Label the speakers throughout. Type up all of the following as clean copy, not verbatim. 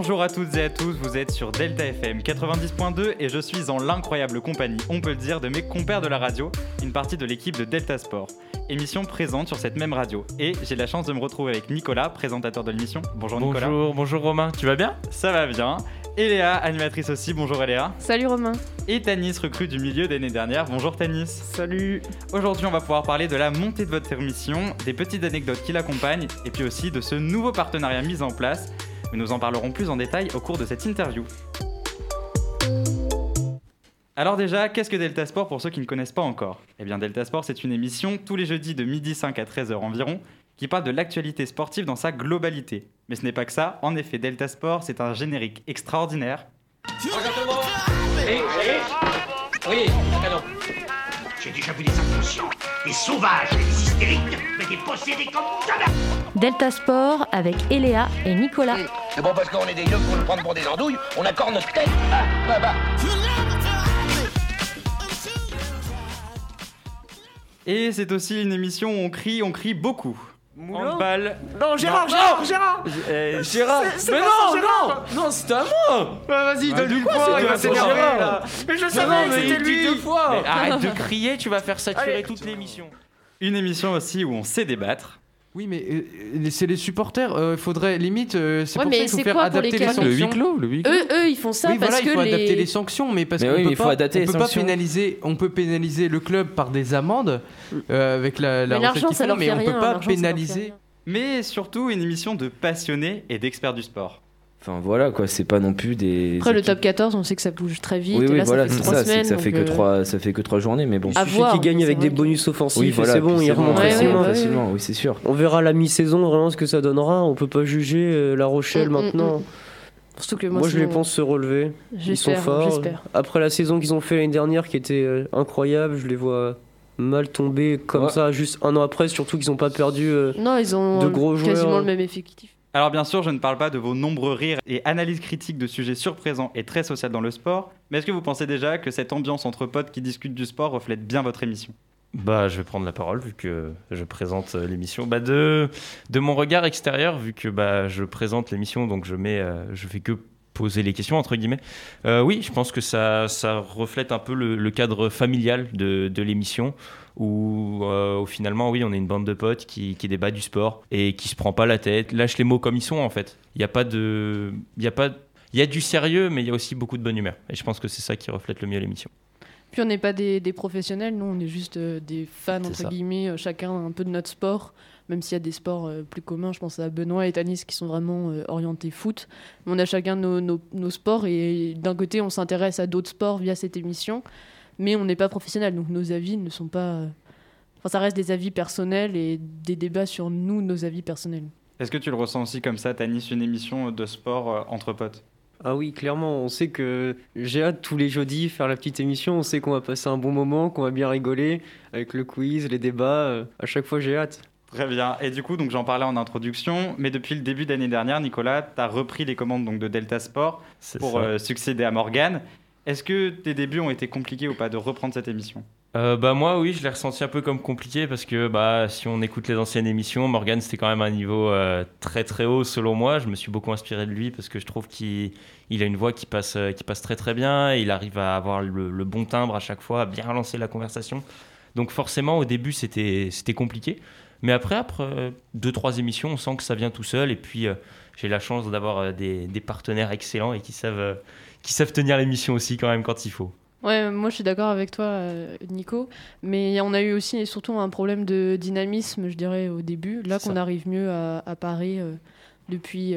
Speaker 1: Bonjour à toutes et à tous, vous êtes sur Delta FM 90.2 et je suis en l'incroyable compagnie, on peut le dire, de mes compères de la radio, une partie de l'équipe de Delta Sport. Émission présente sur cette même radio. Et j'ai la chance de me retrouver avec Nicolas, présentateur de l'émission. Bonjour Nicolas.
Speaker 2: Bonjour Romain, tu vas bien ?
Speaker 1: Ça va bien. Et Léa, animatrice aussi. Bonjour Léa.
Speaker 3: Salut Romain.
Speaker 1: Et Tanis, recrue du milieu d'année dernière. Bonjour Tanis.
Speaker 4: Salut.
Speaker 1: Aujourd'hui, on va pouvoir parler de la montée de votre émission, des petites anecdotes qui l'accompagnent, et puis aussi de ce nouveau partenariat mis en place. Mais nous en parlerons plus en détail au cours de cette interview. Alors déjà, qu'est-ce que Delta Sport pour ceux qui ne connaissent pas encore ? Eh bien Delta Sport, c'est une émission tous les jeudis de 12h à 13h environ, qui parle de l'actualité sportive dans sa globalité. Mais ce n'est pas que ça, en effet, Delta Sport, c'est un générique extraordinaire.
Speaker 5: Oui, pardon. J'ai déjà vu des inconscients, des sauvages, des hystériques, mais des possédés comme jamais.
Speaker 6: Delta Sport avec Eléa et Nicolas.
Speaker 5: C'est bon parce qu'on est des yeux pour nous prendre pour des andouilles, on accorde notre tête. Bah.
Speaker 1: Et c'est aussi une émission où on crie beaucoup. Handball.
Speaker 4: Non, Gérard.
Speaker 2: Gérard.
Speaker 4: C'est
Speaker 2: Mais
Speaker 4: pas Gérard.
Speaker 2: non, c'était à moi.
Speaker 4: Vas-y, donne-lui
Speaker 2: quoi,
Speaker 4: quoi, il va
Speaker 2: c'est
Speaker 4: s'énerver
Speaker 2: Gérard.
Speaker 4: là. Mais je savais que c'était lui.
Speaker 2: Deux fois.
Speaker 1: Mais
Speaker 2: Arrête de crier, tu vas faire saturer
Speaker 4: Allez.
Speaker 2: toute l'émission.
Speaker 1: Une émission aussi où on sait débattre.
Speaker 7: Oui, mais c'est les supporters. Il faudrait limite. C'est pour ça
Speaker 3: mais
Speaker 7: qu'il faut
Speaker 3: c'est
Speaker 7: faire
Speaker 3: quoi pour
Speaker 7: adapter
Speaker 3: les
Speaker 7: les
Speaker 3: calmer
Speaker 7: sanctions.
Speaker 2: Le huis clos.
Speaker 3: Eux, ils font ça
Speaker 7: Oui,
Speaker 3: parce
Speaker 7: voilà, il faut
Speaker 3: que
Speaker 7: adapter les sanctions, mais parce
Speaker 2: Mais
Speaker 7: qu'on
Speaker 2: oui,
Speaker 7: peut
Speaker 2: il faut
Speaker 7: pas,
Speaker 2: adapter les
Speaker 7: on peut pas
Speaker 2: sanctions.
Speaker 7: pénaliser. On peut pénaliser le club par des amendes avec la
Speaker 3: Mais
Speaker 7: recette
Speaker 3: l'argent,
Speaker 7: qu'ils
Speaker 3: ça
Speaker 7: font,
Speaker 3: leur
Speaker 7: mais
Speaker 3: fait
Speaker 7: on
Speaker 3: rien.
Speaker 7: peut pas
Speaker 3: l'argent, ça leur fait
Speaker 7: pénaliser.
Speaker 3: rien.
Speaker 1: Mais surtout une émission de passionnés et d'experts du sport.
Speaker 2: Enfin voilà quoi, c'est pas non plus des.
Speaker 3: Après, le top 14, on sait que ça bouge très vite.
Speaker 2: Oui,
Speaker 3: et là,
Speaker 2: voilà,
Speaker 3: ça fait
Speaker 2: c'est
Speaker 3: 3
Speaker 2: ça, c'est
Speaker 3: semaines.
Speaker 2: que ça fait que 3 journées, mais bon.
Speaker 3: À
Speaker 8: Il suffit
Speaker 3: voir,
Speaker 8: qu'ils gagnent
Speaker 3: mais
Speaker 8: avec
Speaker 3: c'est
Speaker 8: des
Speaker 3: vrai
Speaker 8: bonus offensifs
Speaker 2: Oui,
Speaker 8: et
Speaker 2: voilà,
Speaker 8: c'est bon,
Speaker 2: puis
Speaker 8: ils remontent
Speaker 3: bon.
Speaker 8: facilement.
Speaker 3: Ouais,
Speaker 2: facilement, oui, c'est sûr.
Speaker 8: On verra à la mi-saison vraiment ce que ça donnera. On peut pas juger La Rochelle maintenant.
Speaker 3: Surtout que
Speaker 8: Moi je les
Speaker 3: sinon,
Speaker 8: pense se relever. Ils sont
Speaker 3: J'espère,
Speaker 8: forts.
Speaker 3: j'espère.
Speaker 8: Après la saison qu'ils ont fait l'année dernière qui était incroyable, je les vois mal tomber comme
Speaker 2: Ouais.
Speaker 8: ça juste un an après, surtout qu'ils ont pas perdu.
Speaker 3: Non, ils ont
Speaker 8: de gros
Speaker 3: quasiment
Speaker 8: joueurs.
Speaker 3: le même effectif.
Speaker 1: Alors bien sûr, je ne parle pas de vos nombreux rires et analyses critiques de sujets surprésents et très sociaux dans le sport, mais est-ce que vous pensez déjà que cette ambiance entre potes qui discutent du sport reflète bien votre émission ?
Speaker 2: Bah, je vais prendre la parole vu que je présente l'émission. Bah, de mon regard extérieur, vu que je présente l'émission, donc je fais que poser les questions entre guillemets. Oui, je pense que ça reflète un peu le cadre familial de l'émission où finalement oui, on est une bande de potes qui débat du sport et qui se prend pas la tête, lâche les mots comme ils sont en fait. Il y a du sérieux, mais il y a aussi beaucoup de bonne humeur. Et je pense que c'est ça qui reflète le mieux l'émission.
Speaker 3: Puis on n'est pas des professionnels, nous on est juste des fans
Speaker 2: C'est
Speaker 3: entre
Speaker 2: ça.
Speaker 3: guillemets, chacun un peu de notre sport, même s'il y a des sports plus communs, je pense à Benoît et Tanis qui sont vraiment orientés foot. On a chacun nos sports et d'un côté on s'intéresse à d'autres sports via cette émission, mais on n'est pas professionnels, donc nos avis ne sont pas... Enfin ça reste des avis personnels et des débats sur nos avis personnels.
Speaker 1: Est-ce que tu le ressens aussi comme ça, Tanis, une émission de sport entre potes ?
Speaker 8: Ah oui, clairement, on sait que j'ai hâte tous les jeudis faire la petite émission, on sait qu'on va passer un bon moment, qu'on va bien rigoler avec le quiz, les débats, à chaque fois j'ai hâte.
Speaker 1: Très bien. Et du coup, donc j'en parlais en introduction, mais depuis le début d'année dernière, Nicolas, tu as repris les commandes donc, de Delta Sport
Speaker 2: C'est
Speaker 1: pour
Speaker 2: ça.
Speaker 1: succéder à Morgane. Est-ce que tes débuts ont été compliqués ou pas de reprendre cette émission ?
Speaker 2: Moi oui, je l'ai ressenti un peu comme compliqué parce que si on écoute les anciennes émissions, Morgane c'était quand même un niveau très très haut selon moi. Je me suis beaucoup inspiré de lui parce que je trouve qu'il a une voix qui passe très très bien et il arrive à avoir le bon timbre à chaque fois, à bien relancer la conversation. Donc forcément au début c'était compliqué, mais après 2-3 émissions on sent que ça vient tout seul et puis j'ai la chance d'avoir des partenaires excellents et qui savent tenir l'émission aussi quand même quand il faut.
Speaker 3: Ouais, moi je suis d'accord avec toi, Nico, mais on a eu aussi et surtout un problème de dynamisme, je dirais, au début. Là
Speaker 2: C'est
Speaker 3: qu'on
Speaker 2: ça.
Speaker 3: arrive mieux à parer depuis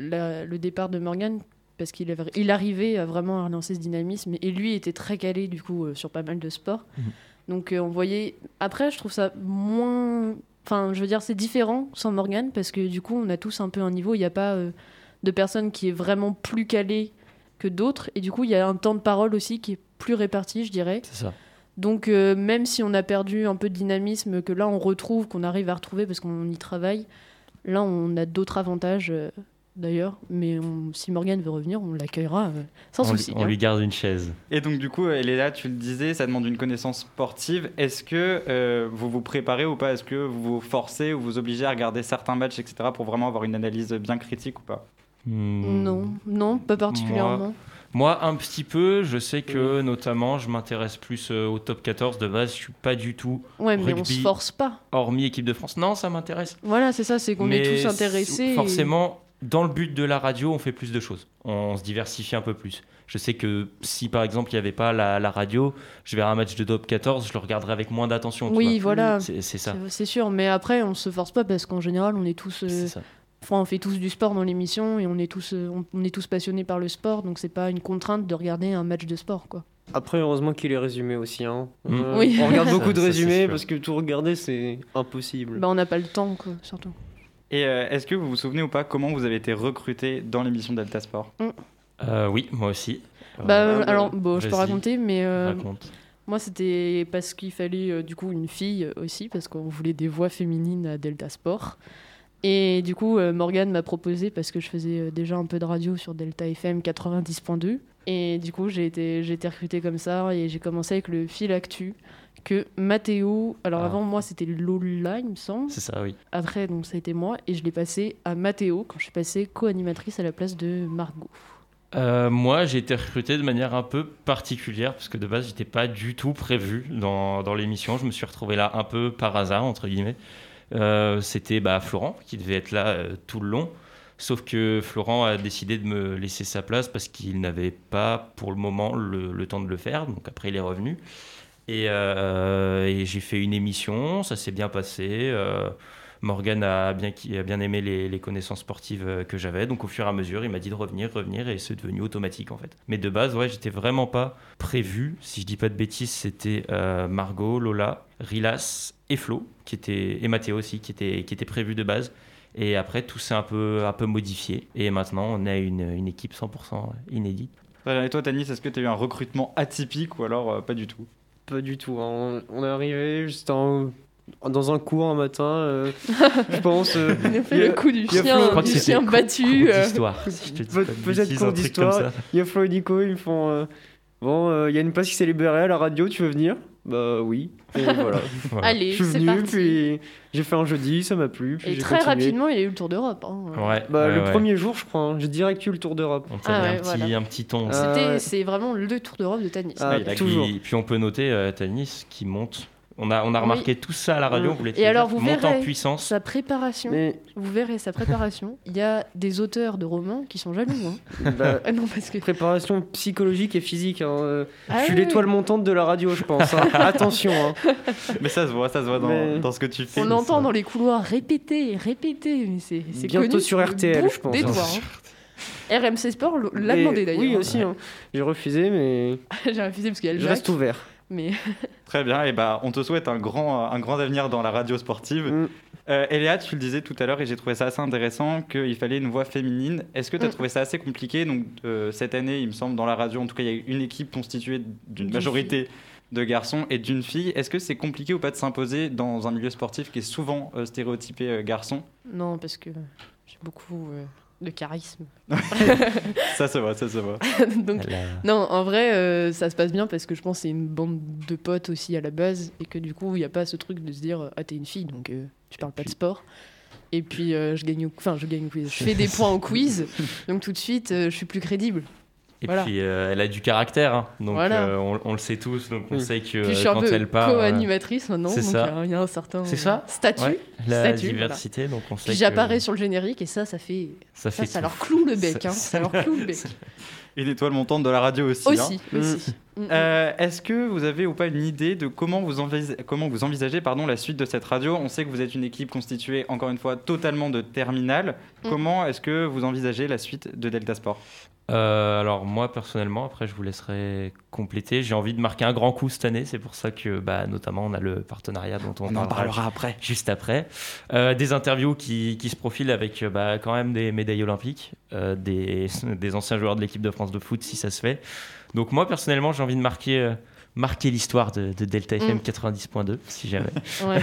Speaker 3: le départ de Morgan, parce qu'il arrivait vraiment à relancer ce dynamisme, et lui était très calé du coup sur pas mal de sports. Donc on voyait... Après, je trouve ça moins... Enfin, je veux dire, c'est différent sans Morgan, parce que du coup, on a tous un peu un niveau, il n'y a pas de personne qui est vraiment plus calée que d'autres, et du coup, il y a un temps de parole aussi qui est plus réparti, je dirais.
Speaker 2: C'est ça.
Speaker 3: Donc même si on a perdu un peu de dynamisme, que là on retrouve, qu'on arrive à retrouver parce qu'on y travaille, là on a d'autres avantages d'ailleurs, mais si Morgane veut revenir, on l'accueillera sans souci.
Speaker 2: On lui garde une chaise.
Speaker 1: Et donc du coup, Léla, tu le disais, ça demande une connaissance sportive. Est-ce que vous vous préparez ou pas ? Est-ce que vous vous forcez ou vous obligez à regarder certains matchs, etc. pour vraiment avoir une analyse bien critique ou pas ?
Speaker 3: Non, pas particulièrement.
Speaker 2: Moi, un petit peu. Je sais que, notamment, je m'intéresse plus au top 14 de base. Je suis pas du tout
Speaker 3: Ouais, mais
Speaker 2: rugby,
Speaker 3: on se force pas.
Speaker 2: hormis équipe de France. Non, ça m'intéresse.
Speaker 3: Voilà, c'est ça, c'est qu'on
Speaker 2: Mais
Speaker 3: est tous intéressés.
Speaker 2: Forcément, dans le but de la radio, on fait plus de choses. On se diversifie un peu plus. Je sais que si, par exemple, il n'y avait pas la radio, je verrais un match de top 14, je le regarderais avec moins d'attention. tu
Speaker 3: Oui,
Speaker 2: vois.
Speaker 3: voilà.
Speaker 2: C'est ça.
Speaker 3: C'est sûr, mais après, on se force pas parce qu'en général, on est tous.
Speaker 2: C'est ça.
Speaker 3: Enfin, on fait tous du sport dans l'émission et on est tous passionnés par le sport, donc c'est pas une contrainte de regarder un match de sport, quoi.
Speaker 8: Après, heureusement qu'il est résumé aussi. Hein.
Speaker 3: Oui.
Speaker 8: On regarde beaucoup de
Speaker 2: Ça, c'est
Speaker 8: résumés
Speaker 2: sûr.
Speaker 8: parce que tout regarder, c'est impossible.
Speaker 3: Bah, on n'a pas le temps, quoi, surtout.
Speaker 1: Et est-ce que vous vous souvenez ou pas comment vous avez été recruté dans l'émission Delta Sport?
Speaker 2: Oui, moi aussi.
Speaker 3: Alors, je peux
Speaker 2: vas-y.
Speaker 3: raconter, mais
Speaker 2: Raconte.
Speaker 3: moi, c'était parce qu'il fallait du coup une fille aussi, parce qu'on voulait des voix féminines à Delta Sport. Et du coup, Morgane m'a proposé, parce que je faisais déjà un peu de radio sur Delta FM 90.2. Et du coup, j'ai été recrutée comme ça, et j'ai commencé avec le fil actu que Mathéo... Alors avant, moi, c'était Lola, il me semble.
Speaker 2: C'est ça, oui.
Speaker 3: Après, donc, ça a été moi, et je l'ai passé à Mathéo quand je suis passée co-animatrice à la place de Margot.
Speaker 2: Moi, j'ai été recruté de manière un peu particulière parce que de base, j'étais pas du tout prévu dans l'émission. Je me suis retrouvé là un peu par hasard, entre guillemets. C'était Florent qui devait être là tout le long. Sauf que Florent a décidé de me laisser sa place parce qu'il n'avait pas pour le moment le temps de le faire. Donc après, il est revenu. Et j'ai fait une émission, ça s'est bien passé. Morgane a bien aimé les connaissances sportives que j'avais. Donc au fur et à mesure, il m'a dit de revenir et c'est devenu automatique en fait. Mais de base, ouais, j'étais vraiment pas prévu. Si je dis pas de bêtises, c'était Margot, Lola, Rilas et Flo, et Mathéo aussi, qui étaient prévus de base. Et après, tout s'est un peu modifié. Et maintenant, on a une équipe 100% inédite.
Speaker 1: Et toi, Tanis, est-ce que tu as eu un recrutement atypique ou alors pas du tout?
Speaker 8: Pas du tout. Hein. On est arrivé juste dans un cours un matin, je pense.
Speaker 3: Il a fait le coup du chien battu.
Speaker 2: Cours d'histoire. Si je te dis pas de
Speaker 8: Peut-être
Speaker 2: bêtises,
Speaker 8: cours
Speaker 2: un truc
Speaker 8: d'histoire.
Speaker 2: comme ça.
Speaker 8: Il y a Flo et Nico, ils me font bon, il y a une place qui s'est libérée à la radio, tu veux venir? Bah oui. Et voilà.
Speaker 3: Allez,
Speaker 8: Je suis
Speaker 3: c'est
Speaker 8: venu,
Speaker 3: parti.
Speaker 8: puis j'ai fait un jeudi, ça m'a plu. Puis
Speaker 3: Et
Speaker 8: j'ai
Speaker 3: très
Speaker 8: continué.
Speaker 3: rapidement, il y a eu le Tour d'Europe. Hein.
Speaker 8: Le premier jour, je crois, hein, j'ai direct eu le Tour d'Europe.
Speaker 2: On t'a mis un petit ton.
Speaker 3: C'est vraiment le Tour d'Europe de Tanis.
Speaker 8: Toujours.
Speaker 2: Puis on peut noter Tanis qui monte. On a remarqué tout ça à la radio. On voulait te
Speaker 3: Et
Speaker 2: le
Speaker 3: alors,
Speaker 2: dire,
Speaker 3: vous
Speaker 2: monte
Speaker 3: verrez
Speaker 2: en puissance.
Speaker 3: sa préparation. Vous verrez sa préparation. Il y a des auteurs de romans qui sont jaloux. Hein. Non, parce que...
Speaker 8: Préparation psychologique et physique. Hein.
Speaker 3: Ah
Speaker 8: je suis
Speaker 3: oui.
Speaker 8: l'étoile montante de la radio, je pense. Hein. Attention. Hein.
Speaker 1: Mais ça se voit dans ce que tu fais.
Speaker 3: On entend dans les couloirs répéter. Mais c'est
Speaker 8: bientôt
Speaker 3: connu,
Speaker 8: sur
Speaker 3: le
Speaker 8: RTL,
Speaker 3: bout
Speaker 8: je pense.
Speaker 3: des doigts, hein. RMC Sport l'a demandé d'ailleurs.
Speaker 8: Oui, aussi. Hein. J'ai refusé, mais.
Speaker 3: J'ai refusé parce qu'il y a le
Speaker 8: Je reste ouvert.
Speaker 3: Mais...
Speaker 1: Très bien, et on te souhaite un grand avenir dans la radio sportive. Eléa, tu le disais tout à l'heure et j'ai trouvé ça assez intéressant qu'il fallait une voix féminine. Est-ce que tu as trouvé ça assez compliqué? Donc, cette année, il me semble, dans la radio, en tout cas, il y a une équipe constituée d'une majorité de garçons et d'une fille. Est-ce que c'est compliqué ou pas de s'imposer dans un milieu sportif qui est souvent stéréotypé garçon?
Speaker 3: Non, parce que j'ai beaucoup de charisme.
Speaker 1: Ça se voit.
Speaker 3: Donc, non, en vrai, ça se passe bien parce que je pense que c'est une bande de potes aussi à la base et que du coup, il n'y a pas ce truc de se dire « Ah, t'es une fille, donc tu parles pas de sport ». Et puis, je gagne au quiz. Je fais des points au quiz, donc tout de suite, je suis plus crédible.
Speaker 2: Et puis, elle a du caractère, hein. Donc
Speaker 3: voilà.
Speaker 2: On le sait tous, donc on sait que
Speaker 3: puis je suis
Speaker 2: quand elle part...
Speaker 3: co-animatrice maintenant, donc il y a un certain statut.
Speaker 2: Ouais, la
Speaker 3: statut,
Speaker 2: diversité,
Speaker 3: voilà.
Speaker 2: donc on sait
Speaker 3: puis j'apparais sur le générique et ça leur cloue le bec. Ça leur cloue le bec.
Speaker 1: Une étoile montante de la radio aussi.
Speaker 3: Aussi.
Speaker 1: Est-ce que vous avez ou pas une idée de comment vous envisagez la suite de cette radio? On sait que vous êtes une équipe constituée, encore une fois, totalement de terminale. Comment est-ce que vous envisagez la suite de Delta Sport?
Speaker 2: Alors moi personnellement, après je vous laisserai compléter, j'ai envie de marquer un grand coup cette année, c'est pour ça que notamment on a le partenariat dont on en parlera
Speaker 1: après.
Speaker 2: Juste après, des interviews qui se profilent avec quand même des médailles olympiques, des anciens joueurs de l'équipe de France de foot si ça se fait. Donc moi personnellement j'ai envie de marquer marquer l'histoire de Delta FM 90.2, si jamais.
Speaker 3: Ouais.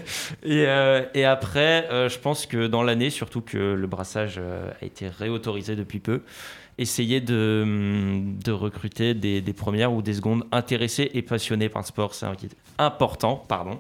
Speaker 2: Et après, je pense que dans l'année, surtout que le brassage a été réautorisé depuis peu, essayer de recruter des premières ou des secondes intéressées et passionnées par le sport, c'est important, pardon.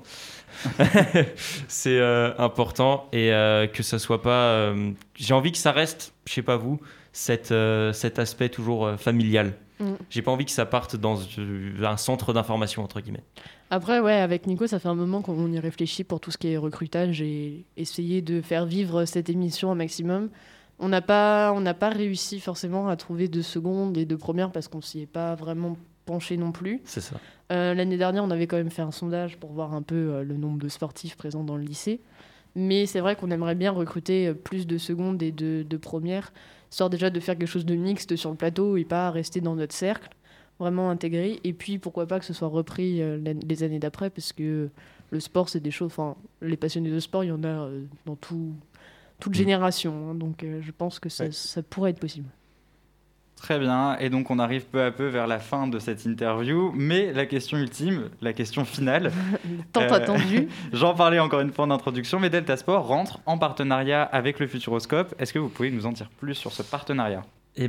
Speaker 2: C'est important et que ça soit pas... j'ai envie que ça reste, je sais pas vous, cet aspect toujours familial. J'ai pas envie que ça parte dans un centre d'information, entre guillemets.
Speaker 3: Après, ouais, avec Nico, ça fait un moment qu'on y réfléchit pour tout ce qui est recrutage et essayer de faire vivre cette émission au maximum. On n'a pas réussi forcément à trouver de secondes et de premières parce qu'on s'y est pas vraiment penché non plus.
Speaker 2: C'est ça.
Speaker 3: L'année dernière, on avait quand même fait un sondage pour voir un peu le nombre de sportifs présents dans le lycée. Mais c'est vrai qu'on aimerait bien recruter plus de secondes et de premières, histoire déjà de faire quelque chose de mixte sur le plateau et pas rester dans notre cercle, vraiment intégré. Et puis pourquoi pas que ce soit repris les années d'après, parce que le sport, c'est des choses... Enfin, les passionnés de sport, il y en a dans toute génération. Hein, donc je pense que ça pourrait être possible.
Speaker 1: Très bien, et donc on arrive peu à peu vers la fin de cette interview, mais la question ultime, la question finale,
Speaker 3: tant attendu.
Speaker 1: J'en parlais encore une fois en introduction, mais Delta Sport rentre en partenariat avec le Futuroscope. Est-ce que vous pouvez nous en dire plus sur ce partenariat ?
Speaker 2: Et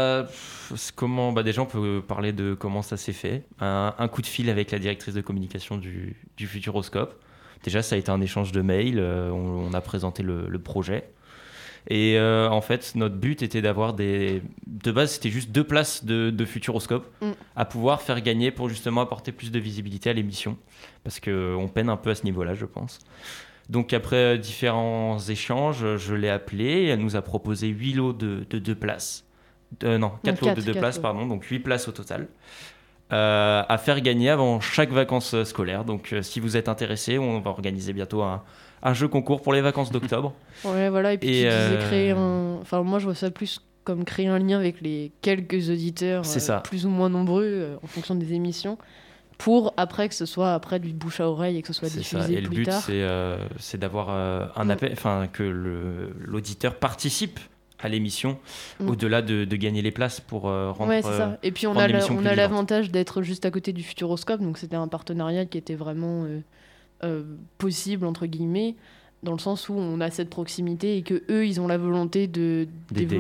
Speaker 2: déjà on peut parler de comment ça s'est fait. Un coup de fil avec la directrice de communication du Futuroscope. Déjà ça a été un échange de mails, on a présenté le projet. Et en fait, notre but était d'avoir de base, c'était juste 2 places de Futuroscope à pouvoir faire gagner pour justement apporter plus de visibilité à l'émission. Parce qu'on peine un peu à ce niveau-là, je pense. Donc après différents échanges, je l'ai appelée et elle nous a proposé 8 lots de 2 places. 4 lots de 2 places, pardon, donc 8 places au total. À faire gagner avant chaque vacances scolaires. Donc si vous êtes intéressés, on va organiser bientôt un jeu concours pour les vacances d'octobre.
Speaker 3: Ouais, voilà, et puis tu disais créer un... Enfin, moi, je vois ça plus comme créer un lien avec les quelques auditeurs plus ou moins nombreux en fonction des émissions, pour après que ce soit après du bouche à oreille et que ce soit diffusé plus tard.
Speaker 2: Et le but, c'est d'avoir un appel, enfin que l'auditeur participe à l'émission, au-delà de gagner les places pour rendre
Speaker 3: c'est ça. Et puis on a l'avantage d'être juste à côté du Futuroscope, donc c'était un partenariat qui était vraiment possible, entre guillemets, dans le sens où on a cette proximité et que eux ils ont la volonté de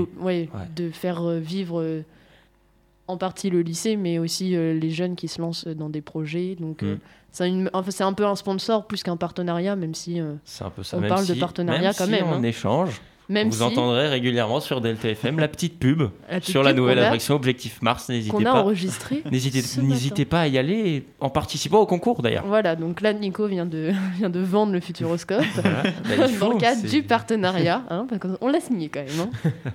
Speaker 3: faire vivre en partie le lycée, mais aussi les jeunes qui se lancent dans des projets. Donc c'est un peu un sponsor plus qu'un partenariat, même si
Speaker 2: c'est un peu ça.
Speaker 3: On parle de partenariat quand même.
Speaker 2: En échange, vous entendrez régulièrement sur Delta FM la petite pub sur la nouvelle attraction Objectif Mars. N'hésitez pas.
Speaker 3: Enregistré.
Speaker 2: N'hésitez pas à y aller en participant au concours d'ailleurs.
Speaker 3: Voilà, donc là Nico vient de vendre le Futuroscope dans le cadre du partenariat. Parce qu'on l'a signé quand même.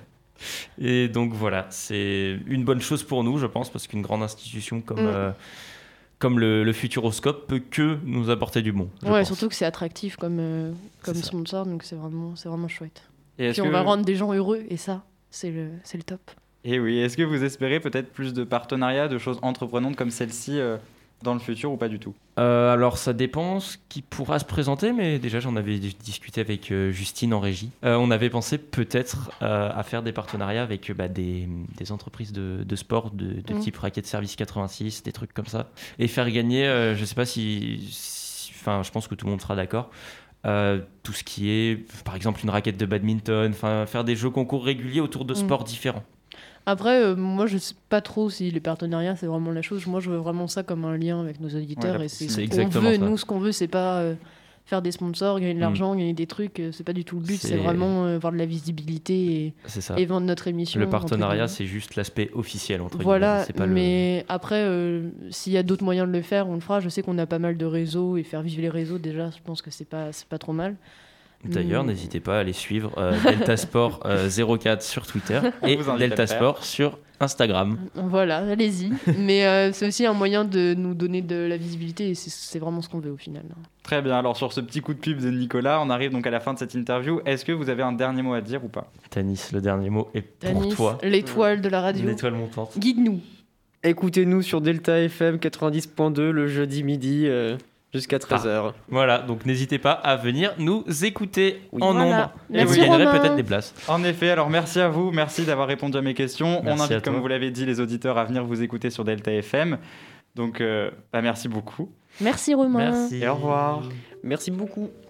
Speaker 2: Et donc voilà, c'est une bonne chose pour nous, je pense, parce qu'une grande institution comme le Futuroscope peut que nous apporter du bon.
Speaker 3: Ouais, surtout que c'est attractif comme sponsor, donc c'est vraiment chouette. Et puis on va rendre des gens heureux, et ça, c'est le top.
Speaker 1: Et oui, est-ce que vous espérez peut-être plus de partenariats, de choses entreprenantes comme celle-ci dans le futur ou pas du tout ?
Speaker 2: Alors ça dépend ce qui pourra se présenter, mais déjà j'en avais discuté avec Justine en régie. On avait pensé peut-être à faire des partenariats avec des entreprises de sport de type Racket Service 86, des trucs comme ça, et faire gagner, je sais pas je pense que tout le monde sera d'accord, tout ce qui est par exemple une raquette de badminton, faire des jeux concours réguliers autour de sports différents.
Speaker 3: Après, moi, je sais pas trop si les partenariats, c'est vraiment la chose. Moi, je veux vraiment ça comme un lien avec nos auditeurs. Et c'est ce qu'on veut. Nous, ce qu'on veut, c'est pas faire des sponsors, gagner de l'argent, gagner des trucs. C'est pas du tout le but. C'est vraiment avoir de la visibilité et vendre notre émission.
Speaker 2: Le partenariat, c'est juste l'aspect officiel, entre guillemets.
Speaker 3: Voilà, mais après, s'il y a d'autres moyens de le faire, on le fera. Je sais qu'on a pas mal de réseaux et faire vivre les réseaux, déjà, je pense que c'est pas trop mal.
Speaker 2: D'ailleurs, n'hésitez pas à aller suivre Delta Sport 04 sur Twitter et Delta Sport sur Instagram.
Speaker 3: Voilà, allez-y. Mais c'est aussi un moyen de nous donner de la visibilité et c'est vraiment ce qu'on veut au final.
Speaker 1: Très bien, alors sur ce petit coup de pub de Nicolas, on arrive donc à la fin de cette interview. Est-ce que vous avez un dernier mot à dire ou pas ?
Speaker 2: Tanis, le dernier mot est pour toi.
Speaker 3: L'étoile de la radio.
Speaker 2: L'étoile montante.
Speaker 3: Guide-nous.
Speaker 8: Écoutez-nous sur Delta FM 90.2 le jeudi midi. Jusqu'à 13h.
Speaker 2: Voilà, donc n'hésitez pas à venir nous écouter en nombre.
Speaker 3: Merci,
Speaker 2: et vous gagnerez peut-être des places.
Speaker 1: En effet, alors merci à vous, merci d'avoir répondu à mes questions.
Speaker 2: Merci.
Speaker 1: On invite, comme vous l'avez dit, les auditeurs à venir vous écouter sur Delta FM. Donc, merci beaucoup.
Speaker 6: Merci Romain.
Speaker 2: Merci.
Speaker 1: Et au revoir.
Speaker 8: Merci beaucoup.